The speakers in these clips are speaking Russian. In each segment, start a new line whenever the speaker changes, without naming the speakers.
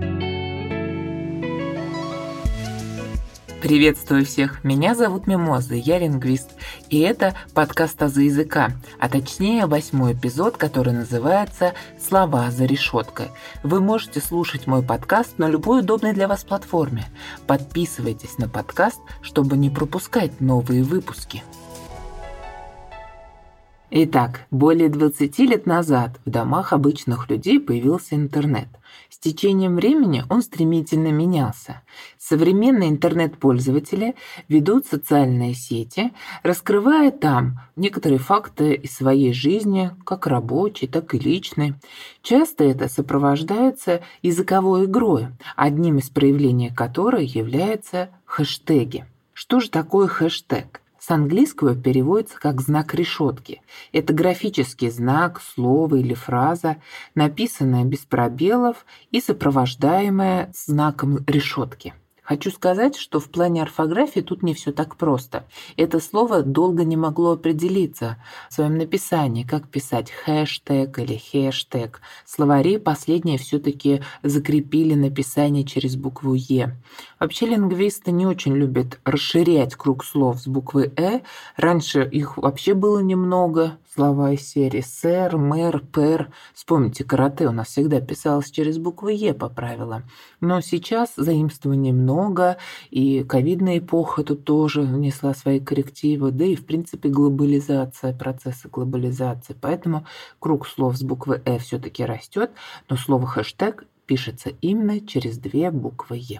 Приветствую всех, меня зовут Мимоза, я лингвист, и это подкаст «Азы языка», а точнее 8-й эпизод, который называется «Слова за решеткой». Вы можете слушать мой подкаст на любой удобной для вас платформе. Подписывайтесь на подкаст, чтобы не пропускать новые выпуски. Итак, более 20 лет назад в домах обычных людей появился интернет. С течением времени он стремительно менялся. Современные интернет-пользователи ведут социальные сети, раскрывая там некоторые факты из своей жизни, как рабочей, так и личной. Часто это сопровождается языковой игрой, одним из проявлений которой являются хэштеги. Что же такое хэштег? С английского переводится как знак решетки. Это графический знак, слово или фраза, написанная без пробелов и сопровождаемая знаком решетки. Хочу сказать, что в плане орфографии тут не все так просто. Это слово долго не могло определиться в своем написании, как писать хэштег или хэштег. Словари последние все-таки закрепили написание через букву «е». Вообще лингвисты не очень любят расширять круг слов с буквы «э». Раньше их вообще было немного. Слова из серии «сэр», «мэр», «пэр». Вспомните, карате у нас всегда писалось через букву «е» по правилам. Но сейчас заимствований много, и ковидная эпоха тут тоже внесла свои коррективы, да и, в принципе, глобализация, процессы глобализации. Поэтому круг слов с буквы «э» все-таки растет, но слово «хэштег» пишется именно через две буквы «е».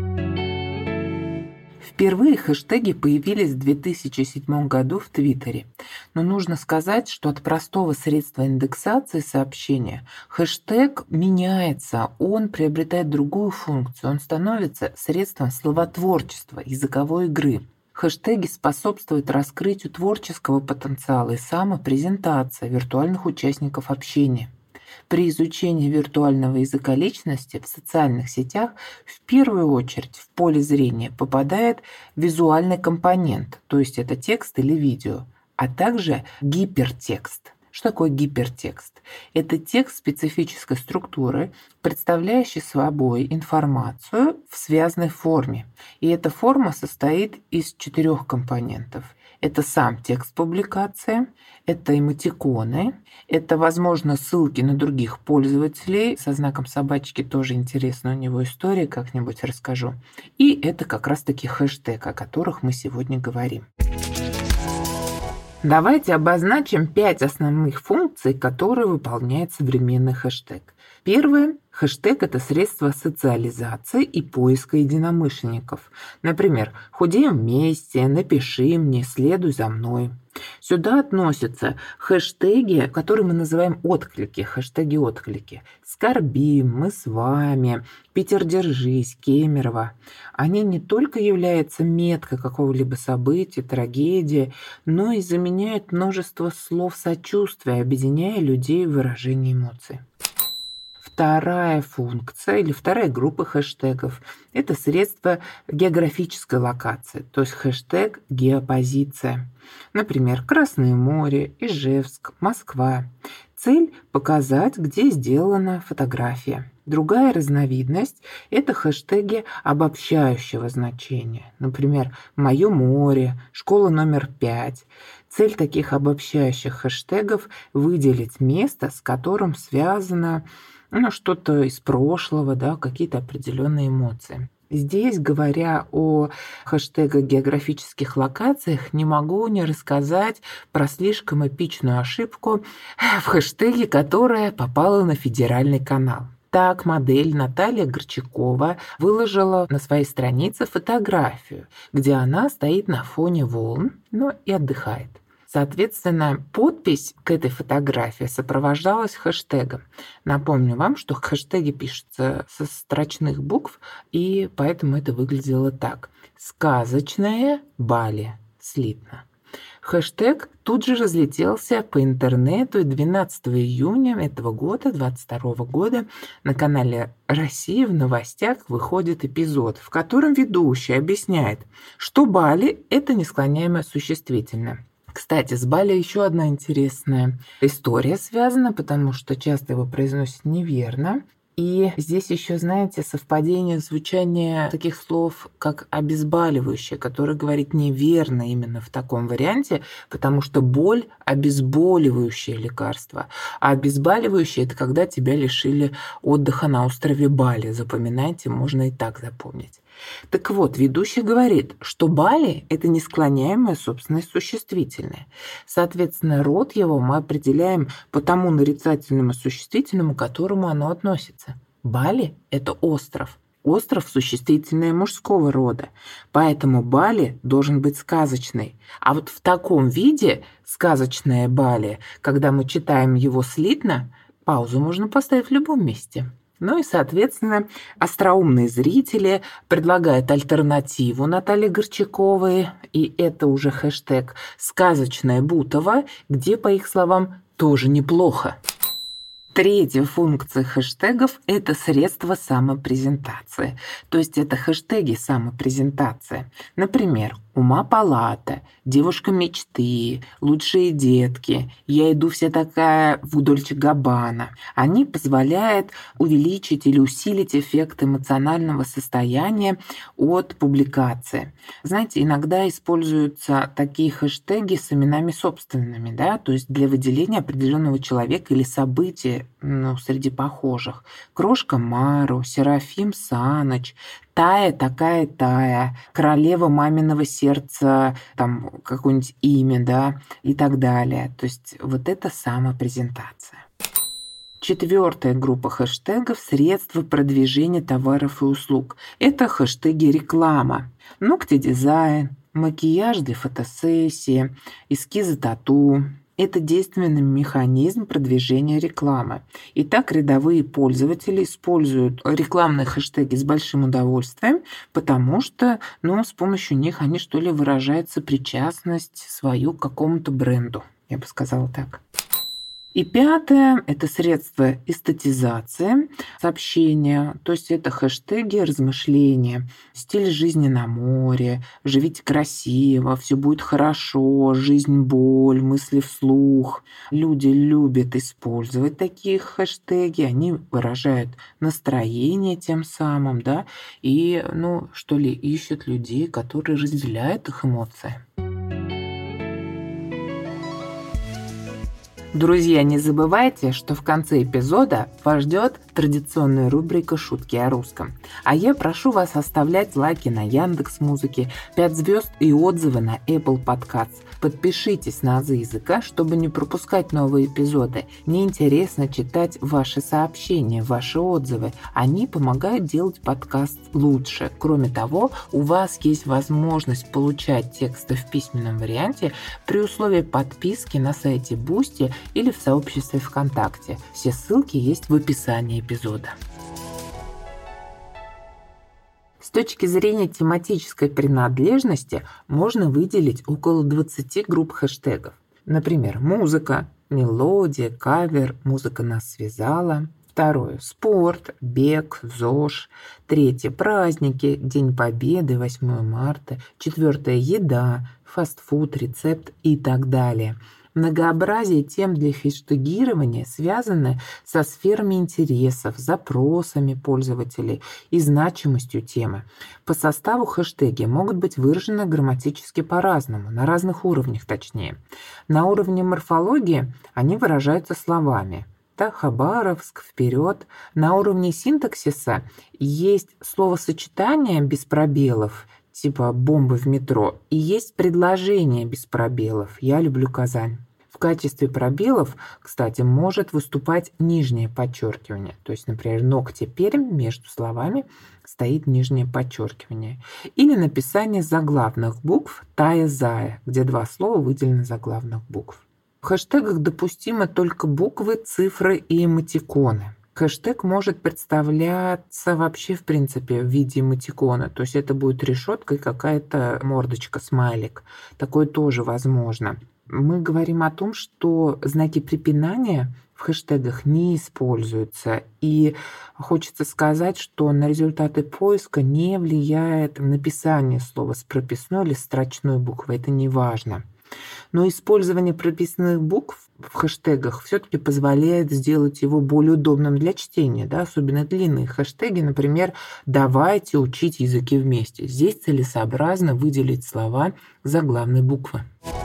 Впервые хэштеги появились в 2007 году в Твиттере. Но нужно сказать, что от простого средства индексации сообщения хэштег меняется, он приобретает другую функцию, он становится средством словотворчества, языковой игры. Хэштеги способствуют раскрытию творческого потенциала и самопрезентации виртуальных участников общения. При изучении виртуального языка личности в социальных сетях в первую очередь в поле зрения попадает визуальный компонент, то есть это текст или видео, а также гипертекст. Что такое гипертекст? Это текст специфической структуры, представляющий собой информацию в связанной форме. И эта форма состоит из 4 компонентов. Это сам текст публикации, это эмотиконы, это, возможно, ссылки на других пользователей. Со знаком собачки тоже интересна у него история, как-нибудь расскажу. И это как раз-таки хэштег, о которых мы сегодня говорим. Давайте обозначим 5 основных функций, которые выполняет современный хэштег. Первое. Хэштег – это средство социализации и поиска единомышленников. Например, «худеем вместе», «напиши мне», «следуй за мной». Сюда относятся хэштеги, которые мы называем отклики, хэштеги-отклики. «Скорбим», «мы с вами», «Питер, держись», «Кемерово». Они не только являются меткой какого-либо события, трагедии, но и заменяют множество слов сочувствия, объединяя людей в выражении эмоций. Вторая функция или вторая группа хэштегов – это средства географической локации, то есть хэштег «геопозиция». Например, Красное море, Ижевск, Москва. Цель – показать, где сделана фотография. Другая разновидность – это хэштеги обобщающего значения. Например, «Моё море», «Школа номер 5». Цель таких обобщающих хэштегов – выделить место, с которым связано что-то из прошлого, какие-то определенные эмоции. Здесь, говоря о хэштегах географических локациях, не могу не рассказать про слишком эпичную ошибку в хэштеге, которая попала на федеральный канал. Так, модель Наталья Горчакова выложила на своей странице фотографию, где она стоит на фоне волн, и отдыхает. Соответственно, подпись к этой фотографии сопровождалась хэштегом. Напомню вам, что хэштеги пишутся со строчных букв, и поэтому это выглядело так. «Сказочная Бали. Слитно». Хэштег тут же разлетелся по интернету, и 12 июня этого года, 2022 года, на канале «Россия» в новостях выходит эпизод, в котором ведущий объясняет, что Бали – это несклоняемое существительное. Кстати, с Бали еще одна интересная история связана, потому что часто его произносят неверно. И здесь еще, знаете, совпадение звучания таких слов, как обезболивающее, которое говорит неверно именно в таком варианте, потому что боль– обезболивающее лекарство. А обезболивающее– это когда тебя лишили отдыха на острове Бали. Запоминайте, можно и так запомнить. Так вот, ведущий говорит, что Бали– это несклоняемое собственное существительное. Соответственно, род его мы определяем по тому нарицательному существительному, к которому оно относится. Бали– это остров. Остров – существительное мужского рода, поэтому Бали должен быть сказочный. А вот в таком виде сказочное Бали, когда мы читаем его слитно, паузу можно поставить в любом месте. Ну и, соответственно, остроумные зрители предлагают альтернативу Наталье Горчаковой, и это уже хэштег «Сказочная Бутова», где, по их словам, тоже неплохо. Третья функция хэштегов– это средство самопрезентации. То есть это хэштеги самопрезентации. Например, «Ума палата», «Девушка мечты», «Лучшие детки», «Я иду вся такая в Дольче Габбана». Они позволяют увеличить или усилить эффект эмоционального состояния от публикации. Знаете, иногда используются такие хэштеги с именами собственными, да, то есть для выделения определенного человека или события, среди похожих. Крошка Мару, Серафим Саныч, Тая такая Тая, королева маминого сердца, там какое-нибудь имя, да, и так далее. То есть вот это самопрезентация. Четвертая группа хэштегов– средства продвижения товаров и услуг. Это хэштеги реклама, ногтедизайн, макияж для фотосессии, эскизы тату. Это действенный механизм продвижения рекламы. Итак, рядовые пользователи используют рекламные хэштеги с большим удовольствием, потому что, с помощью них они, выражают сопричастность свою к какому-то бренду. Я бы сказала так. И пятое– это средства эстетизации сообщения, то есть это хэштеги размышления, стиль жизни на море, живите красиво, все будет хорошо, жизнь, боль, мысли вслух. Люди любят использовать такие хэштеги, они выражают настроение тем самым, да, и, ищут людей, которые разделяют их эмоции. Друзья, не забывайте, что в конце эпизода вас ждет традиционная рубрика «Шутки о русском». А я прошу вас оставлять лайки на Яндекс.Музыке, 5 звезд и отзывы на Apple Podcasts. Подпишитесь на «Азы языка», чтобы не пропускать новые эпизоды. Мне интересно читать ваши сообщения, ваши отзывы. Они помогают делать подкаст лучше. Кроме того, у вас есть возможность получать тексты в письменном варианте при условии подписки на сайте Boosty или в сообществе ВКонтакте. Все ссылки есть в описании эпизода. С точки зрения тематической принадлежности можно выделить около 20 групп хэштегов. Например, музыка, мелодия, кавер, музыка нас связала. Второе – спорт, бег, ЗОЖ. Третье – праздники, День Победы, 8 марта. Четвертое – еда, фастфуд, рецепт и так далее. Многообразие тем для хэштегирования связано со сферами интересов, запросами пользователей и значимостью темы. По составу хэштеги могут быть выражены грамматически по-разному, на разных уровнях точнее. На уровне морфологии они выражаются словами. Хабаровск, вперед. На уровне синтаксиса есть словосочетание без пробелов, типа бомбы в метро, и есть предложение без пробелов. Я люблю Казань. В качестве пробелов, кстати, может выступать нижнее подчеркивание. То есть, например, ногти Пермь, между словами стоит нижнее подчеркивание. Или написание заглавных букв Тая-Зая, где два слова выделены заглавных букв. В хэштегах допустимы только буквы, цифры и эмотиконы. Хэштег может представляться вообще, в принципе, в виде эмотикона. То есть это будет решетка и какая-то мордочка, смайлик. Такое тоже возможно. Мы говорим о том, что знаки препинания в хэштегах не используются. И хочется сказать, что на результаты поиска не влияет написание слова с прописной или строчной буквой. Это не важно. Но использование прописных букв в хэштегах все-таки позволяет сделать его более удобным для чтения, да, особенно длинные хэштеги, например, «давайте учить языки вместе». Здесь целесообразно выделить слова заглавной буквы.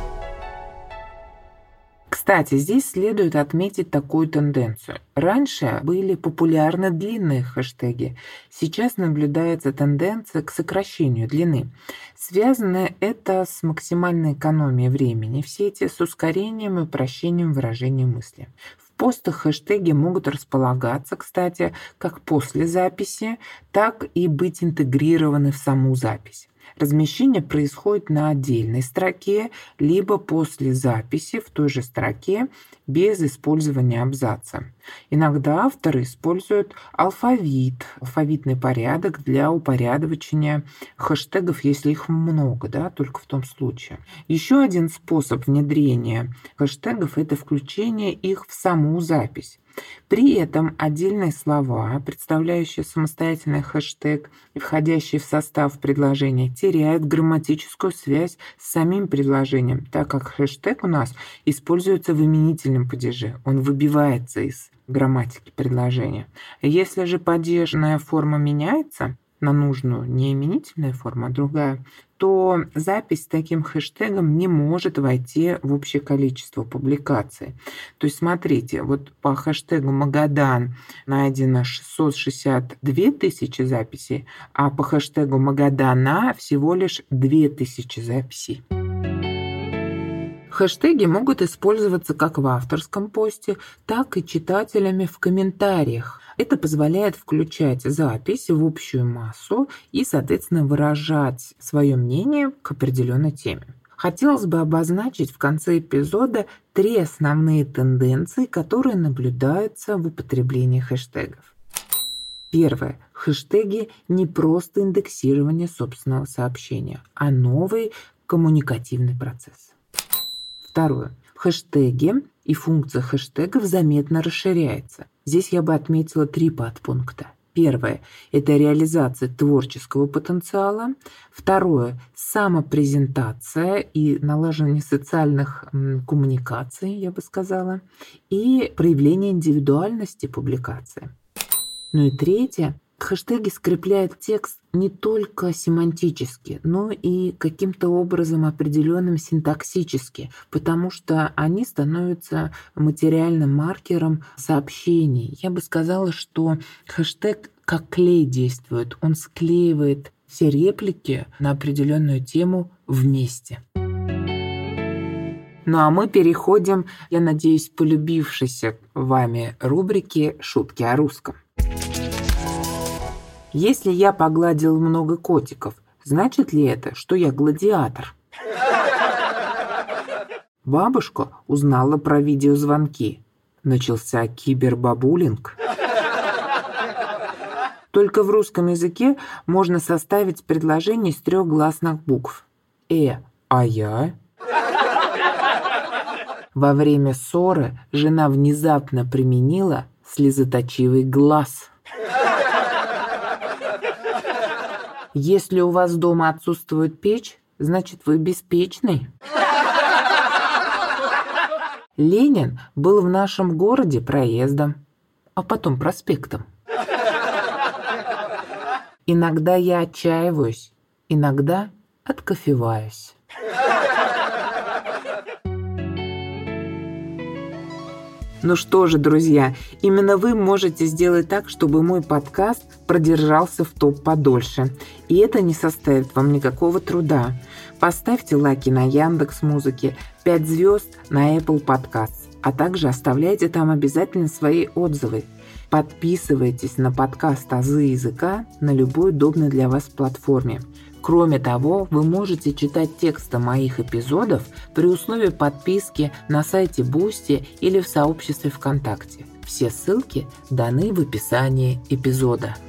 Кстати, здесь следует отметить такую тенденцию. Раньше были популярны длинные хэштеги. Сейчас наблюдается тенденция к сокращению длины. Связано это с максимальной экономией времени в сети, с ускорением и упрощением выражения мысли. В постах хэштеги могут располагаться, кстати, как после записи, так и быть интегрированы в саму запись. Размещение происходит на отдельной строке, либо после записи в той же строке без использования абзаца. Иногда авторы используют алфавитный порядок для упорядочения хэштегов, если их много, да, только в том случае. Еще один способ внедрения хэштегов – это включение их в саму запись. При этом отдельные слова, представляющие самостоятельный хэштег и входящие в состав предложения, теряют грамматическую связь с самим предложением, так как хэштег у нас используется в именительном падеже, он выбивается из грамматики предложения. Если же падежная форма меняется на нужную, не именительная форма, а другая, то запись с таким хэштегом не может войти в общее количество публикаций. То есть смотрите, вот по хэштегу «Магадан» найдено 662 тысячи записей, а по хэштегу «Магадана» всего лишь 2000 записей. Хэштеги могут использоваться как в авторском посте, так и читателями в комментариях. Это позволяет включать запись в общую массу и, соответственно, выражать свое мнение к определенной теме. Хотелось бы обозначить в конце эпизода 3 основные тенденции, которые наблюдаются в употреблении хэштегов. Первое. Хэштеги не просто индексирование собственного сообщения, а новый коммуникативный процесс. Второе. Хэштеги и функция хэштегов заметно расширяется. Здесь я бы отметила 3 подпункта. Первое – это реализация творческого потенциала. Второе – самопрезентация и налаживание социальных коммуникаций, я бы сказала. И проявление индивидуальности публикации. Ну и третье – хэштеги скрепляют текст не только семантически, но и каким-то образом определенным синтаксически, потому что они становятся материальным маркером сообщений. Я бы сказала, что хэштег как клей действует, он склеивает все реплики на определенную тему вместе. Ну а мы переходим, я надеюсь, к полюбившейся вами рубрике «Шутки о русском». Если я погладил много котиков, значит ли это, что я гладиатор? Бабушка узнала про видеозвонки. Начался кибербабулинг. Только в русском языке можно составить предложение из 3 гласных букв. А я? Во время ссоры жена внезапно применила слезоточивый глаз. Если у вас дома отсутствует печь, значит, вы беспечный. Ленин был в нашем городе проездом, а потом проспектом. Иногда я отчаиваюсь, иногда откофеваюсь. Ну что же, друзья, именно вы можете сделать так, чтобы мой подкаст продержался в топ подольше. И это не составит вам никакого труда. Поставьте лайки на Яндекс.Музыке, 5 звезд на Apple Podcasts, а также оставляйте там обязательно свои отзывы. Подписывайтесь на подкаст «Азы языка» на любой удобной для вас платформе. Кроме того, вы можете читать тексты моих эпизодов при условии подписки на сайте Boosty или в сообществе ВКонтакте. Все ссылки даны в описании эпизода.